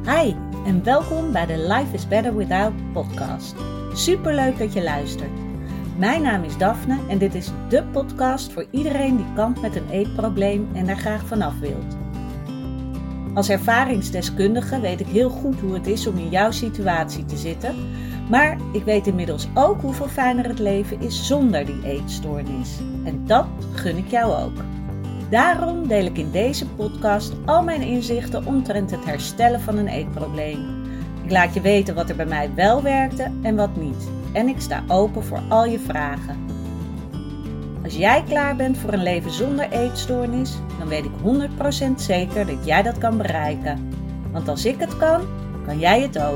Hi en welkom bij de Life is Better Without podcast. Superleuk dat je luistert. Mijn naam is Daphne en dit is de podcast voor iedereen die kampt met een eetprobleem en daar graag vanaf wilt. Als ervaringsdeskundige weet ik heel goed hoe het is om in jouw situatie te zitten, maar ik weet inmiddels ook hoeveel fijner het leven is zonder die eetstoornis. En dat gun ik jou ook. Daarom deel ik in deze podcast al mijn inzichten omtrent het herstellen van een eetprobleem. Ik laat je weten wat er bij mij wel werkte en wat niet. En ik sta open voor al je vragen. Als jij klaar bent voor een leven zonder eetstoornis, dan weet ik 100% zeker dat jij dat kan bereiken. Want als ik het kan, kan jij het ook.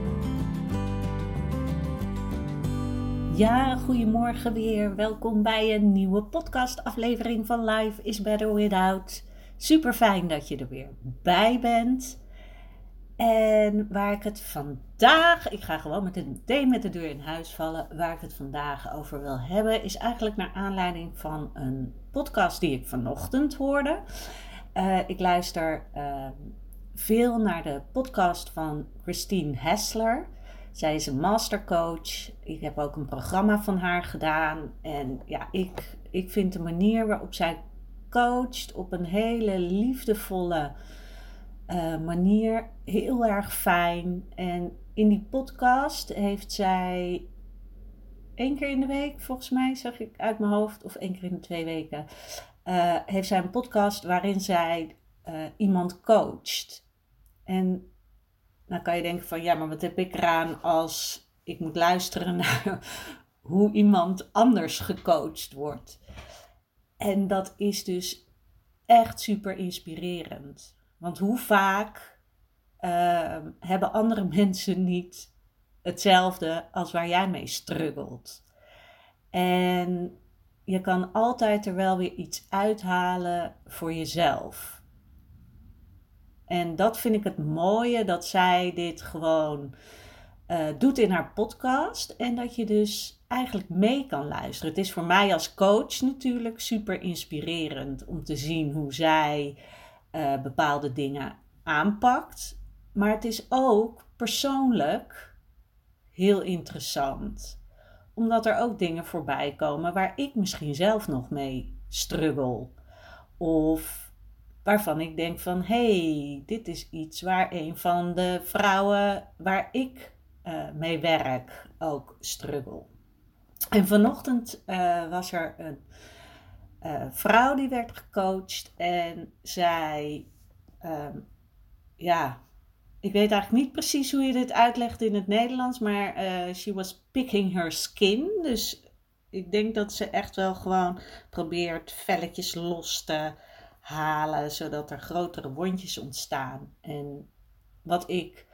Ja, goedemorgen weer. Welkom bij een nieuwe podcastaflevering van Life is Better Without. Super fijn dat je er weer bij bent. En waar ik het vandaag, ik ga gewoon meteen met de deur in huis vallen. Waar ik het vandaag over wil hebben, is eigenlijk naar aanleiding van een podcast die ik vanochtend hoorde. Ik luister veel naar de podcast van Christine Hassler. Zij is een mastercoach. Ik heb ook een programma van haar gedaan. En ja, ik vind de manier waarop zij coacht op een hele liefdevolle manier heel erg fijn. En in die podcast heeft zij 1 keer in de week, volgens mij, zeg ik uit mijn hoofd, of 1 keer in de 2 weken, heeft zij een podcast waarin zij iemand coacht. En dan kan je denken van, ja, maar wat heb ik eraan als ik moet luisteren naar hoe iemand anders gecoacht wordt. En dat is dus echt super inspirerend. Want hoe vaak hebben andere mensen niet hetzelfde als waar jij mee struggelt. En je kan altijd er wel weer iets uithalen voor jezelf. En dat vind ik het mooie, dat zij dit gewoon doet in haar podcast. En dat je dus eigenlijk mee kan luisteren. Het is voor mij als coach natuurlijk super inspirerend om te zien hoe zij bepaalde dingen aanpakt. Maar het is ook persoonlijk heel interessant. Omdat er ook dingen voorbij komen waar ik misschien zelf nog mee struggle. Of waarvan ik denk van, hey, dit is iets waar een van de vrouwen waar ik mee werk ook struggle. En vanochtend was er een vrouw die werd gecoacht en zij, ik weet eigenlijk niet precies hoe je dit uitlegt in het Nederlands, maar she was picking her skin. Dus ik denk dat ze echt wel gewoon probeert velletjes los te halen, zodat er grotere wondjes ontstaan. En wat ik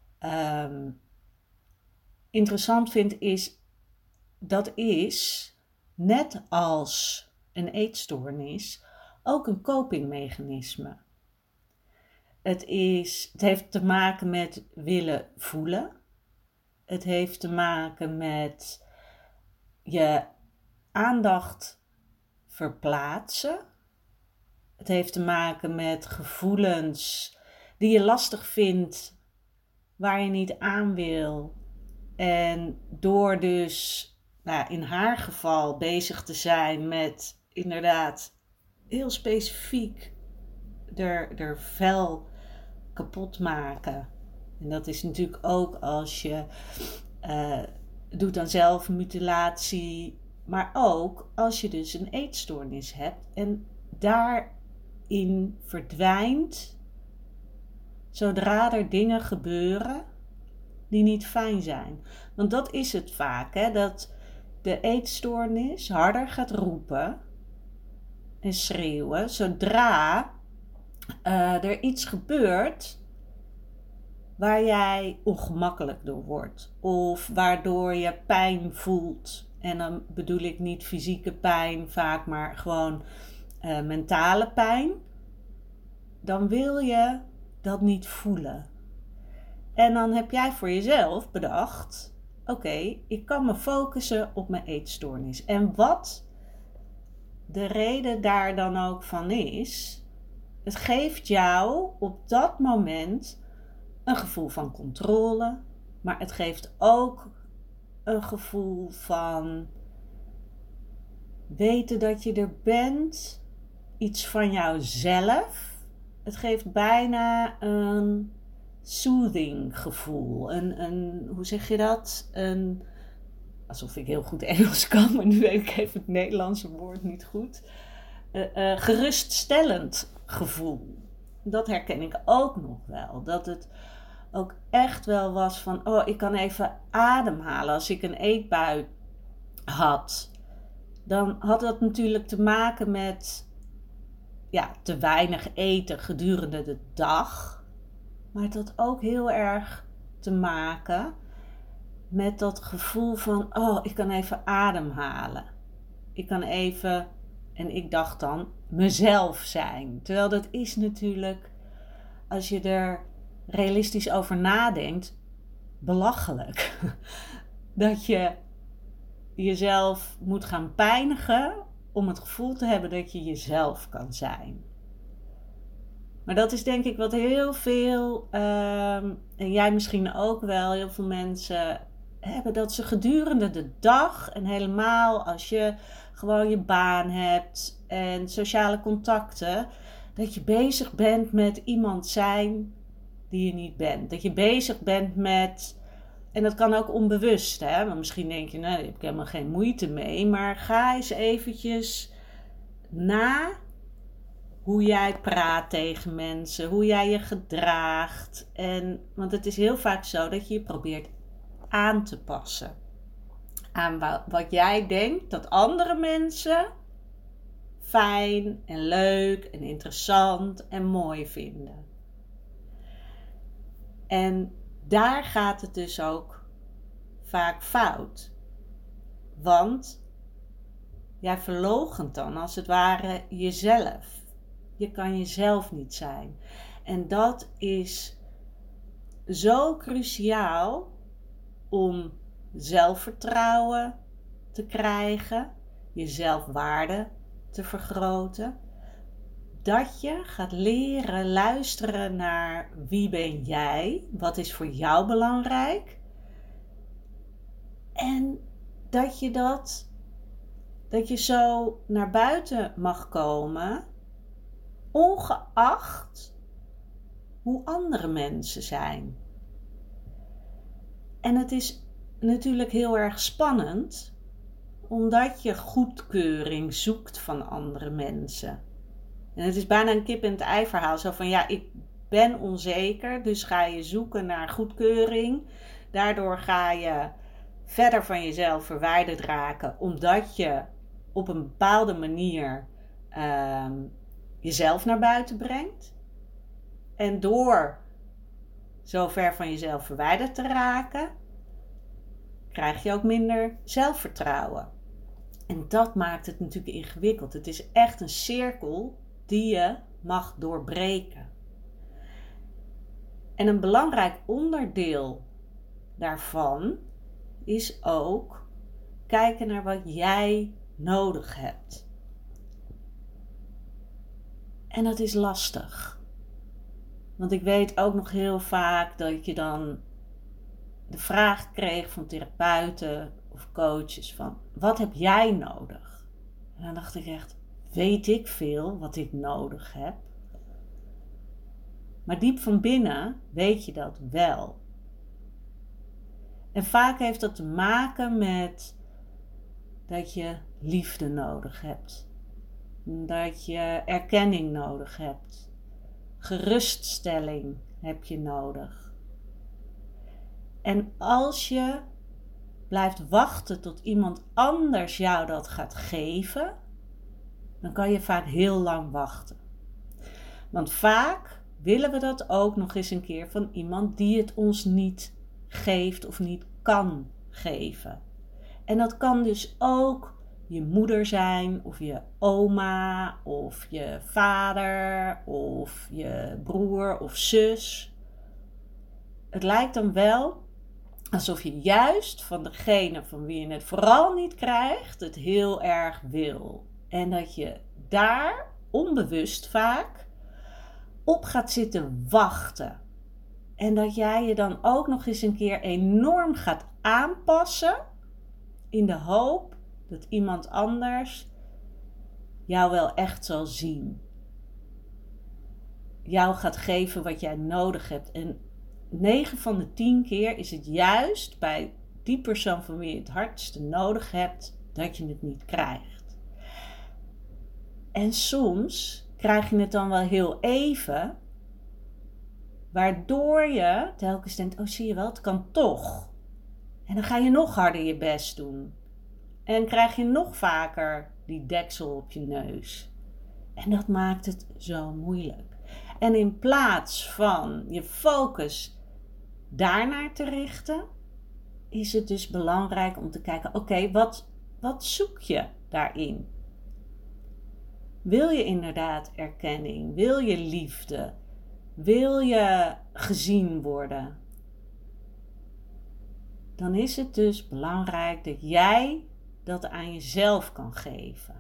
interessant vind is, dat is, net als een eetstoornis, ook een copingmechanisme. Het heeft te maken met willen voelen. Het heeft te maken met je aandacht verplaatsen. Het heeft te maken met gevoelens die je lastig vindt, waar je niet aan wil. En door dus, in haar geval bezig te zijn met inderdaad heel specifiek er vel kapot maken. En dat is natuurlijk ook als je doet aan zelfmutilatie, maar ook als je dus een eetstoornis hebt en daarin verdwijnt zodra er dingen gebeuren die niet fijn zijn. Want dat is het vaak, hè? Dat de eetstoornis harder gaat roepen en schreeuwen zodra er iets gebeurt waar jij ongemakkelijk door wordt. Of waardoor je pijn voelt. En dan bedoel ik niet fysieke pijn vaak, maar gewoon mentale pijn. Dan wil je dat niet voelen. En dan heb jij voor jezelf bedacht, oké, ik kan me focussen op mijn eetstoornis. En wat de reden daar dan ook van is, het geeft jou op dat moment een gevoel van controle, maar het geeft ook een gevoel van weten dat je er bent, iets van jouzelf. Het geeft bijna een soothing gevoel. Hoe zeg je dat? Alsof ik heel goed Engels kan, maar nu weet ik even het Nederlandse woord niet goed. Geruststellend gevoel. Dat herken ik ook nog wel. Dat het ook echt wel was van, ik kan even ademhalen. Als ik een eetbui had, dan had dat natuurlijk te maken met te weinig eten gedurende de dag. Maar het had ook heel erg te maken met dat gevoel van, ik kan even ademhalen. Ik kan even, en ik dacht dan, mezelf zijn. Terwijl dat is natuurlijk, als je er realistisch over nadenkt, belachelijk. Dat je jezelf moet gaan pijnigen om het gevoel te hebben dat je jezelf kan zijn. Maar dat is denk ik wat heel veel, en jij misschien ook wel, heel veel mensen hebben, dat ze gedurende de dag en helemaal als je gewoon je baan hebt en sociale contacten, dat je bezig bent met iemand zijn die je niet bent. Dat je bezig bent met, en dat kan ook onbewust, hè? Want misschien denk je, daar heb ik helemaal geen moeite mee, maar ga eens eventjes na hoe jij praat tegen mensen, hoe jij je gedraagt. Want het is heel vaak zo dat je je probeert aan te passen aan wat jij denkt dat andere mensen fijn en leuk en interessant en mooi vinden. En daar gaat het dus ook vaak fout. Want jij verloochent dan als het ware jezelf. Je kan jezelf niet zijn. En dat is zo cruciaal om zelfvertrouwen te krijgen, je zelfwaarde te vergroten. Dat je gaat leren luisteren naar wie ben jij, wat is voor jou belangrijk. En dat je zo naar buiten mag komen, ongeacht hoe andere mensen zijn. En het is natuurlijk heel erg spannend, omdat je goedkeuring zoekt van andere mensen. En het is bijna een kip en het ei verhaal. Zo van, ik ben onzeker, dus ga je zoeken naar goedkeuring. Daardoor ga je verder van jezelf verwijderd raken, omdat je op een bepaalde manier jezelf naar buiten brengt. En door zo ver van jezelf verwijderd te raken, krijg je ook minder zelfvertrouwen. En dat maakt het natuurlijk ingewikkeld. Het is echt een cirkel die je mag doorbreken. En een belangrijk onderdeel daarvan is ook kijken naar wat jij nodig hebt. En dat is lastig. Want ik weet ook nog heel vaak dat je dan de vraag kreeg van therapeuten of coaches van, wat heb jij nodig? En dan dacht ik echt, weet ik veel wat ik nodig heb? Maar diep van binnen weet je dat wel. En vaak heeft dat te maken met dat je liefde nodig hebt. Dat je erkenning nodig hebt. Geruststelling heb je nodig. En als je blijft wachten tot iemand anders jou dat gaat geven, dan kan je vaak heel lang wachten. Want vaak willen we dat ook nog eens een keer van iemand die het ons niet geeft of niet kan geven. En dat kan dus ook je moeder zijn, of je oma, of je vader, of je broer of zus. Het lijkt dan wel alsof je juist van degene van wie je het vooral niet krijgt, het heel erg wil. En dat je daar onbewust vaak op gaat zitten wachten. En dat jij je dan ook nog eens een keer enorm gaat aanpassen in de hoop dat iemand anders jou wel echt zal zien. Jou gaat geven wat jij nodig hebt. En 9 van de 10 keer is het juist bij die persoon van wie je het hardste nodig hebt, dat je het niet krijgt. En soms krijg je het dan wel heel even, waardoor je telkens denkt, oh zie je wel, het kan toch. En dan ga je nog harder je best doen. En krijg je nog vaker die deksel op je neus. En dat maakt het zo moeilijk. En in plaats van je focus daarnaar te richten, is het dus belangrijk om te kijken, oké, wat zoek je daarin? Wil je inderdaad erkenning? Wil je liefde? Wil je gezien worden? Dan is het dus belangrijk dat jij dat aan jezelf kan geven.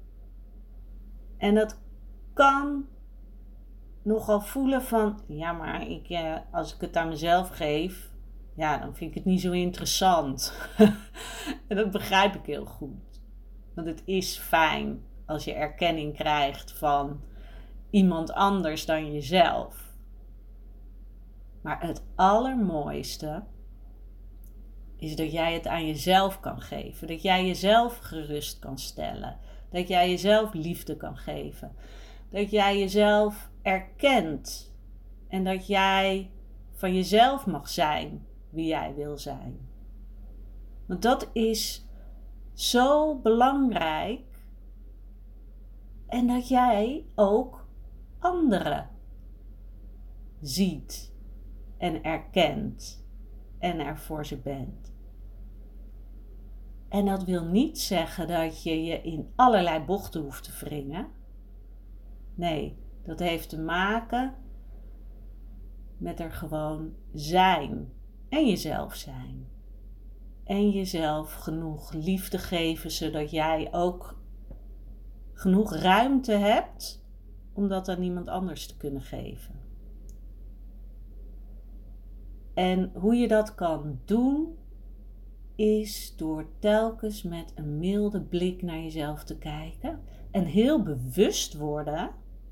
En dat kan nogal voelen van, ja maar als ik het aan mezelf geef, ja dan vind ik het niet zo interessant. En dat begrijp ik heel goed. Want het is fijn als je erkenning krijgt van iemand anders dan jezelf. Maar het allermooiste is dat jij het aan jezelf kan geven. Dat jij jezelf gerust kan stellen. Dat jij jezelf liefde kan geven. Dat jij jezelf erkent. En dat jij van jezelf mag zijn wie jij wil zijn. Want dat is zo belangrijk. En dat jij ook anderen ziet en erkent en er voor ze bent. En dat wil niet zeggen dat je je in allerlei bochten hoeft te wringen. Nee, dat heeft te maken met er gewoon zijn en jezelf zijn. En jezelf genoeg liefde geven, zodat jij ook genoeg ruimte hebt om dat aan iemand anders te kunnen geven. En hoe je dat kan doen, is door telkens met een milde blik naar jezelf te kijken. En heel bewust worden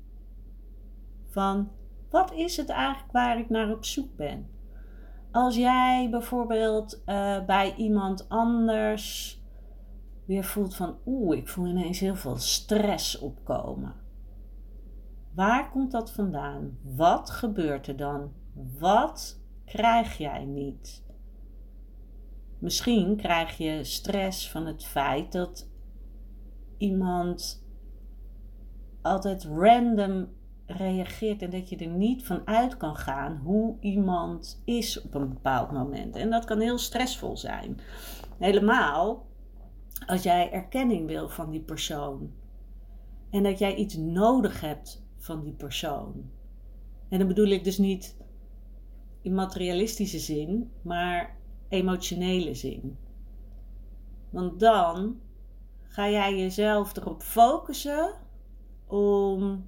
van, wat is het eigenlijk waar ik naar op zoek ben? Als jij bijvoorbeeld bij iemand anders weer voelt van, ik voel ineens heel veel stress opkomen. Waar komt dat vandaan? Wat gebeurt er dan? Wat krijg jij niet? Misschien krijg je stress van het feit dat iemand altijd random reageert en dat je er niet van uit kan gaan hoe iemand is op een bepaald moment. En dat kan heel stressvol zijn. Helemaal als jij erkenning wil van die persoon. En dat jij iets nodig hebt van die persoon. En dan bedoel ik dus niet in materialistische zin, maar emotionele zin. Want dan ga jij jezelf erop focussen om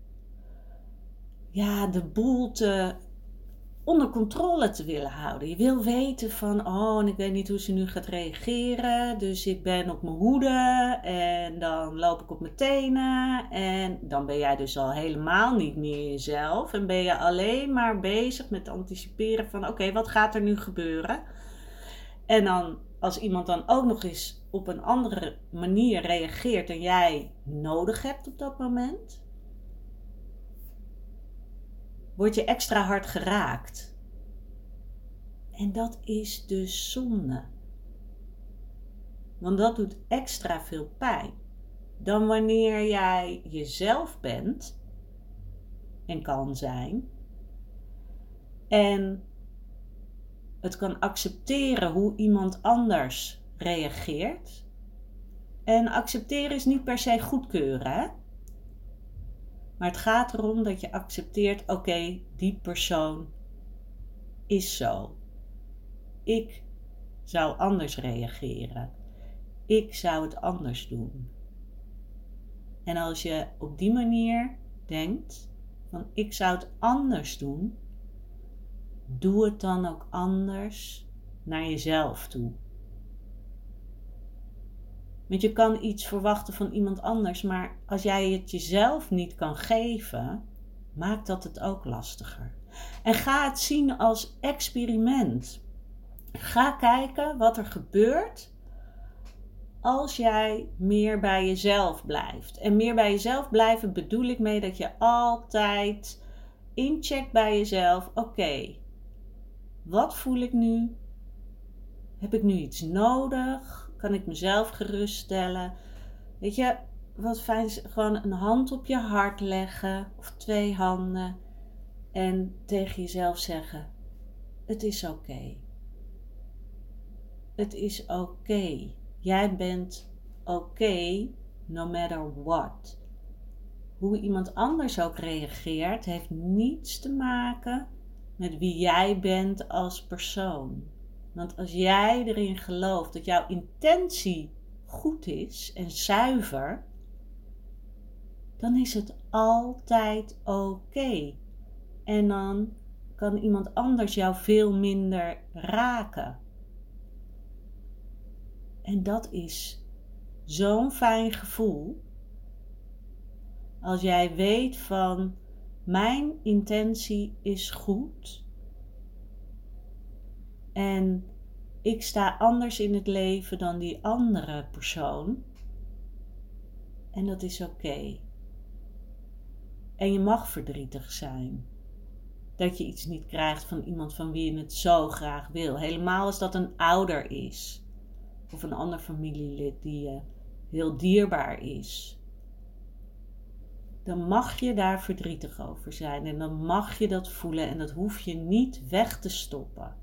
de boel onder controle te willen houden. Je wil weten van, en ik weet niet hoe ze nu gaat reageren, dus ik ben op mijn hoede en dan loop ik op mijn tenen en dan ben jij dus al helemaal niet meer jezelf en ben je alleen maar bezig met anticiperen van, oké, wat gaat er nu gebeuren? En dan, als iemand dan ook nog eens op een andere manier reageert dan jij nodig hebt op dat moment, word je extra hard geraakt. En dat is dus zonde. Want dat doet extra veel pijn dan wanneer jij jezelf bent en kan zijn. En het kan accepteren hoe iemand anders reageert. En accepteren is niet per se goedkeuren, hè? Maar het gaat erom dat je accepteert, oké, die persoon is zo. Ik zou anders reageren. Ik zou het anders doen. En als je op die manier denkt, van ik zou het anders doen, doe het dan ook anders naar jezelf toe. Want je kan iets verwachten van iemand anders, maar als jij het jezelf niet kan geven, maakt dat het ook lastiger. En ga het zien als experiment. Ga kijken wat er gebeurt als jij meer bij jezelf blijft. En meer bij jezelf blijven bedoel ik mee dat je altijd incheckt bij jezelf. Oké, wat voel ik nu? Heb ik nu iets nodig? Kan ik mezelf geruststellen? Weet je, wat fijn is gewoon een hand op je hart leggen. Of 2 handen. En tegen jezelf zeggen, het is oké. Het is oké. Jij bent oké, no matter what. Hoe iemand anders ook reageert, heeft niets te maken met wie jij bent als persoon. Want als jij erin gelooft dat jouw intentie goed is en zuiver, dan is het altijd oké. En dan kan iemand anders jou veel minder raken. En dat is zo'n fijn gevoel. Als jij weet van, mijn intentie is goed. En ik sta anders in het leven dan die andere persoon. En dat is oké. En je mag verdrietig zijn. Dat je iets niet krijgt van iemand van wie je het zo graag wil. Helemaal als dat een ouder is. Of een ander familielid die je heel dierbaar is. Dan mag je daar verdrietig over zijn. En dan mag je dat voelen. En dat hoef je niet weg te stoppen.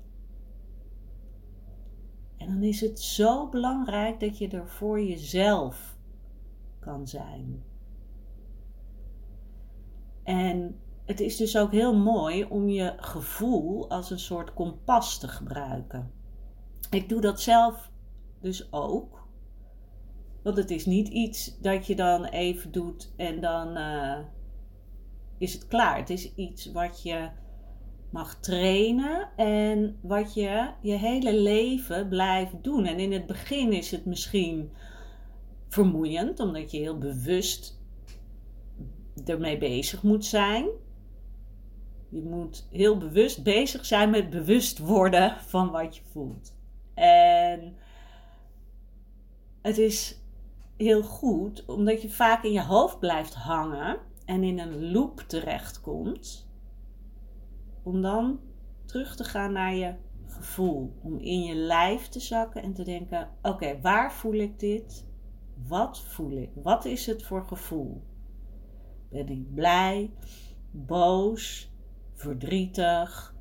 En dan is het zo belangrijk dat je er voor jezelf kan zijn. En het is dus ook heel mooi om je gevoel als een soort kompas te gebruiken. Ik doe dat zelf dus ook. Want het is niet iets dat je dan even doet en dan is het klaar. Het is iets wat je mag trainen en wat je hele leven blijft doen. En in het begin is het misschien vermoeiend, omdat je heel bewust ermee bezig moet zijn. Je moet heel bewust bezig zijn met bewust worden van wat je voelt. En het is heel goed, omdat je vaak in je hoofd blijft hangen en in een loop terechtkomt, om dan terug te gaan naar je gevoel. Om in je lijf te zakken en te denken, oké, waar voel ik dit? Wat voel ik? Wat is het voor gevoel? Ben ik blij, boos, verdrietig,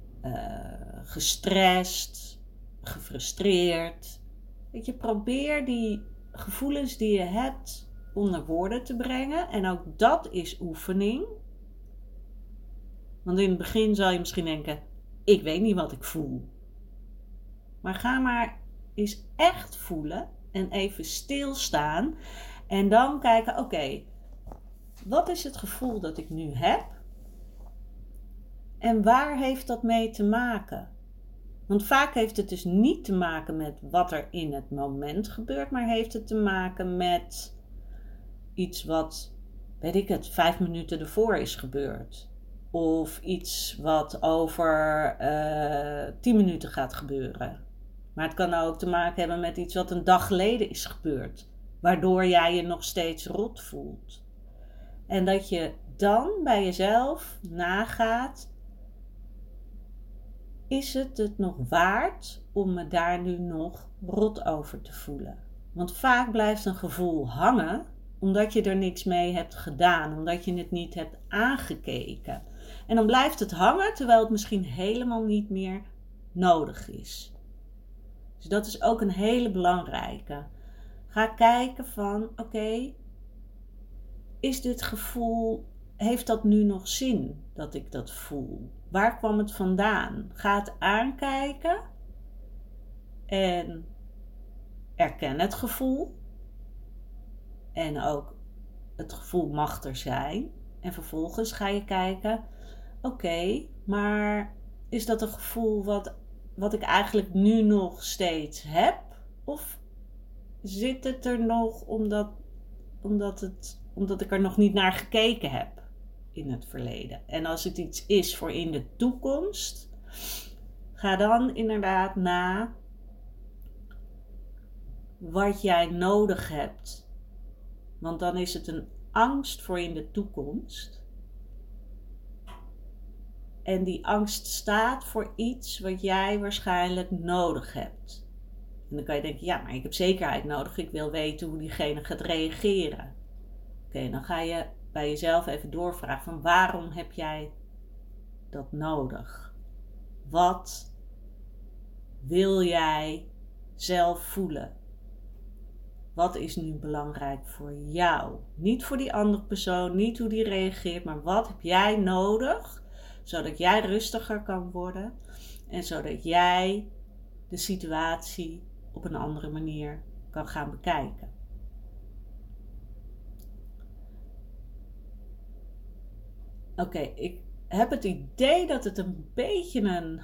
gestrest, gefrustreerd? Weet je, probeer die gevoelens die je hebt onder woorden te brengen. En ook dat is oefening. Want in het begin zal je misschien denken, ik weet niet wat ik voel. Maar ga maar eens echt voelen en even stilstaan. En dan kijken, oké, wat is het gevoel dat ik nu heb? En waar heeft dat mee te maken? Want vaak heeft het dus niet te maken met wat er in het moment gebeurt, maar heeft het te maken met iets wat, weet ik het, 5 minuten ervoor is gebeurd. Of iets wat over 10 minuten gaat gebeuren. Maar het kan ook te maken hebben met iets wat een dag geleden is gebeurd. Waardoor jij je nog steeds rot voelt. En dat je dan bij jezelf nagaat, is het nog waard om me daar nu nog rot over te voelen? Want vaak blijft een gevoel hangen omdat je er niks mee hebt gedaan, omdat je het niet hebt aangekeken. En dan blijft het hangen terwijl het misschien helemaal niet meer nodig is. Dus dat is ook een hele belangrijke. Ga kijken van, oké, is dit gevoel, heeft dat nu nog zin dat ik dat voel? Waar kwam het vandaan? Ga het aankijken en erken het gevoel. En ook het gevoel mag er zijn. En vervolgens ga je kijken, oké, maar is dat een gevoel wat ik eigenlijk nu nog steeds heb? Of zit het er nog omdat ik er nog niet naar gekeken heb in het verleden? En als het iets is voor in de toekomst, ga dan inderdaad na wat jij nodig hebt. Want dan is het een angst voor in de toekomst. En die angst staat voor iets wat jij waarschijnlijk nodig hebt. En dan kan je denken, ja, maar ik heb zekerheid nodig. Ik wil weten hoe diegene gaat reageren. Oké, dan ga je bij jezelf even doorvragen van waarom heb jij dat nodig? Wat wil jij zelf voelen? Wat is nu belangrijk voor jou? Niet voor die andere persoon, niet hoe die reageert, maar wat heb jij nodig? Zodat jij rustiger kan worden en zodat jij de situatie op een andere manier kan gaan bekijken. Oké, ik heb het idee dat het een beetje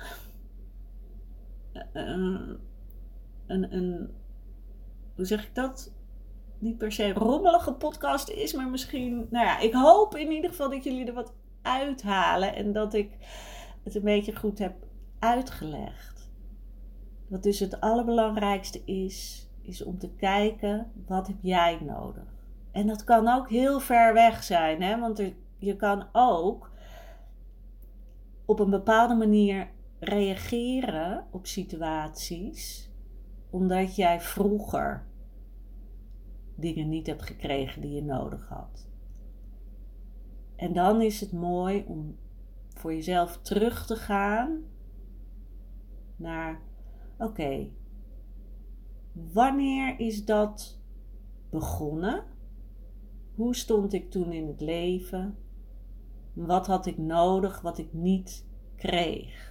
een hoe zeg ik dat? Niet per se een rommelige podcast is, maar misschien, nou ja, ik hoop in ieder geval dat jullie er wat uithalen en dat ik het een beetje goed heb uitgelegd. Wat dus het allerbelangrijkste is om te kijken, wat heb jij nodig? En dat kan ook heel ver weg zijn, hè? Want je kan ook op een bepaalde manier reageren op situaties, omdat jij vroeger dingen niet hebt gekregen die je nodig had. En dan is het mooi om voor jezelf terug te gaan naar, oké, wanneer is dat begonnen? Hoe stond ik toen in het leven? Wat had ik nodig wat ik niet kreeg?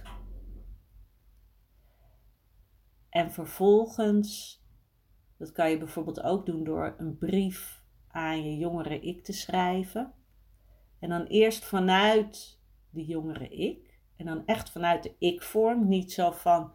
En vervolgens, dat kan je bijvoorbeeld ook doen door een brief aan je jongere ik te schrijven. En dan eerst vanuit die jongere ik. En dan echt vanuit de ik-vorm. Niet zo van,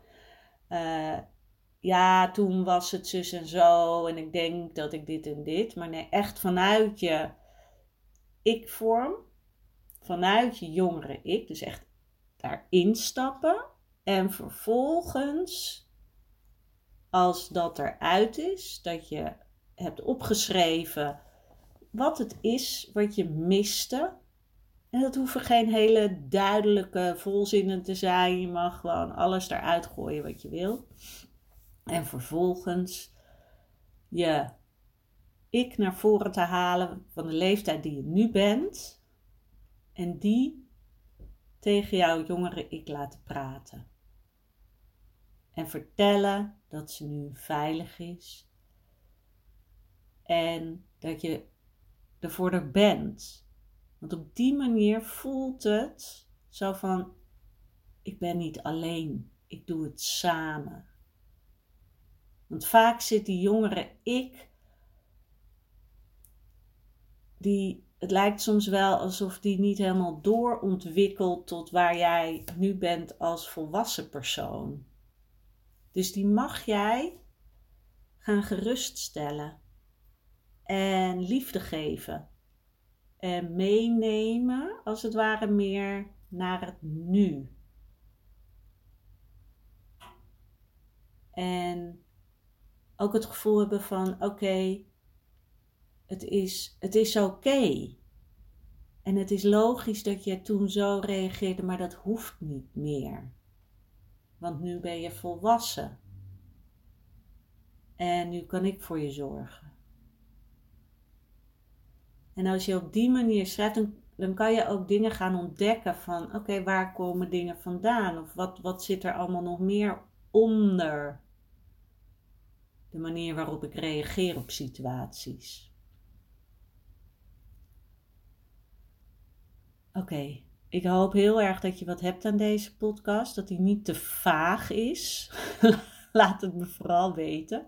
ja, toen was het zus en zo. En ik denk dat ik dit en dit. Maar nee, echt vanuit je ik-vorm. Vanuit je jongere ik. Dus echt daarin stappen. En vervolgens, als dat eruit is, dat je hebt opgeschreven wat het is wat je miste. En dat hoeven geen hele duidelijke volzinnen te zijn. Je mag gewoon alles eruit gooien wat je wil. En vervolgens je ik naar voren te halen van de leeftijd die je nu bent. En die tegen jouw jongere ik laten praten. En vertellen dat ze nu veilig is. En dat je ervoor er bent. Want op die manier voelt het zo van, ik ben niet alleen, ik doe het samen. Want vaak zit die jongere ik, het lijkt soms wel alsof die niet helemaal doorontwikkelt tot waar jij nu bent als volwassen persoon. Dus die mag jij gaan geruststellen en liefde geven. En meenemen, als het ware, meer naar het nu. En ook het gevoel hebben van, oké, het is oké. En het is logisch dat je toen zo reageerde, maar dat hoeft niet meer. Want nu ben je volwassen. En nu kan ik voor je zorgen. En als je op die manier schrijft, dan kan je ook dingen gaan ontdekken van, oké, waar komen dingen vandaan? Of wat zit er allemaal nog meer onder de manier waarop ik reageer op situaties? Oké, ik hoop heel erg dat je wat hebt aan deze podcast, dat die niet te vaag is. Laat het me vooral weten.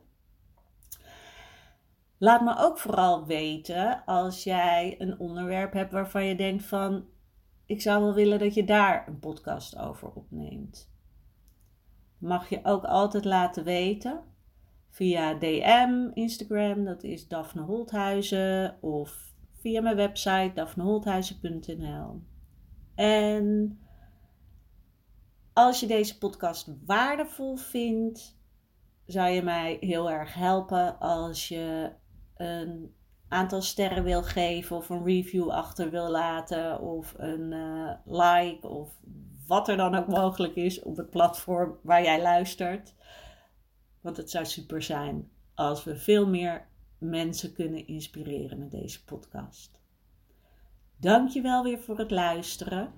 Laat me ook vooral weten als jij een onderwerp hebt waarvan je denkt van, ik zou wel willen dat je daar een podcast over opneemt. Mag je ook altijd laten weten via DM, Instagram, dat is Daphne Holthuizen, of via mijn website daphneholthuizen.nl. En als je deze podcast waardevol vindt, zou je mij heel erg helpen als je een aantal sterren wil geven of een review achter wil laten of een like of wat er dan ook mogelijk is op het platform waar jij luistert. Want het zou super zijn als we veel meer mensen kunnen inspireren met deze podcast. Dankjewel weer voor het luisteren.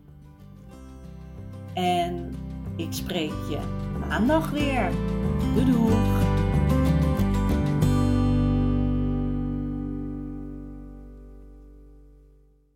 En ik spreek je maandag weer. Doei doei!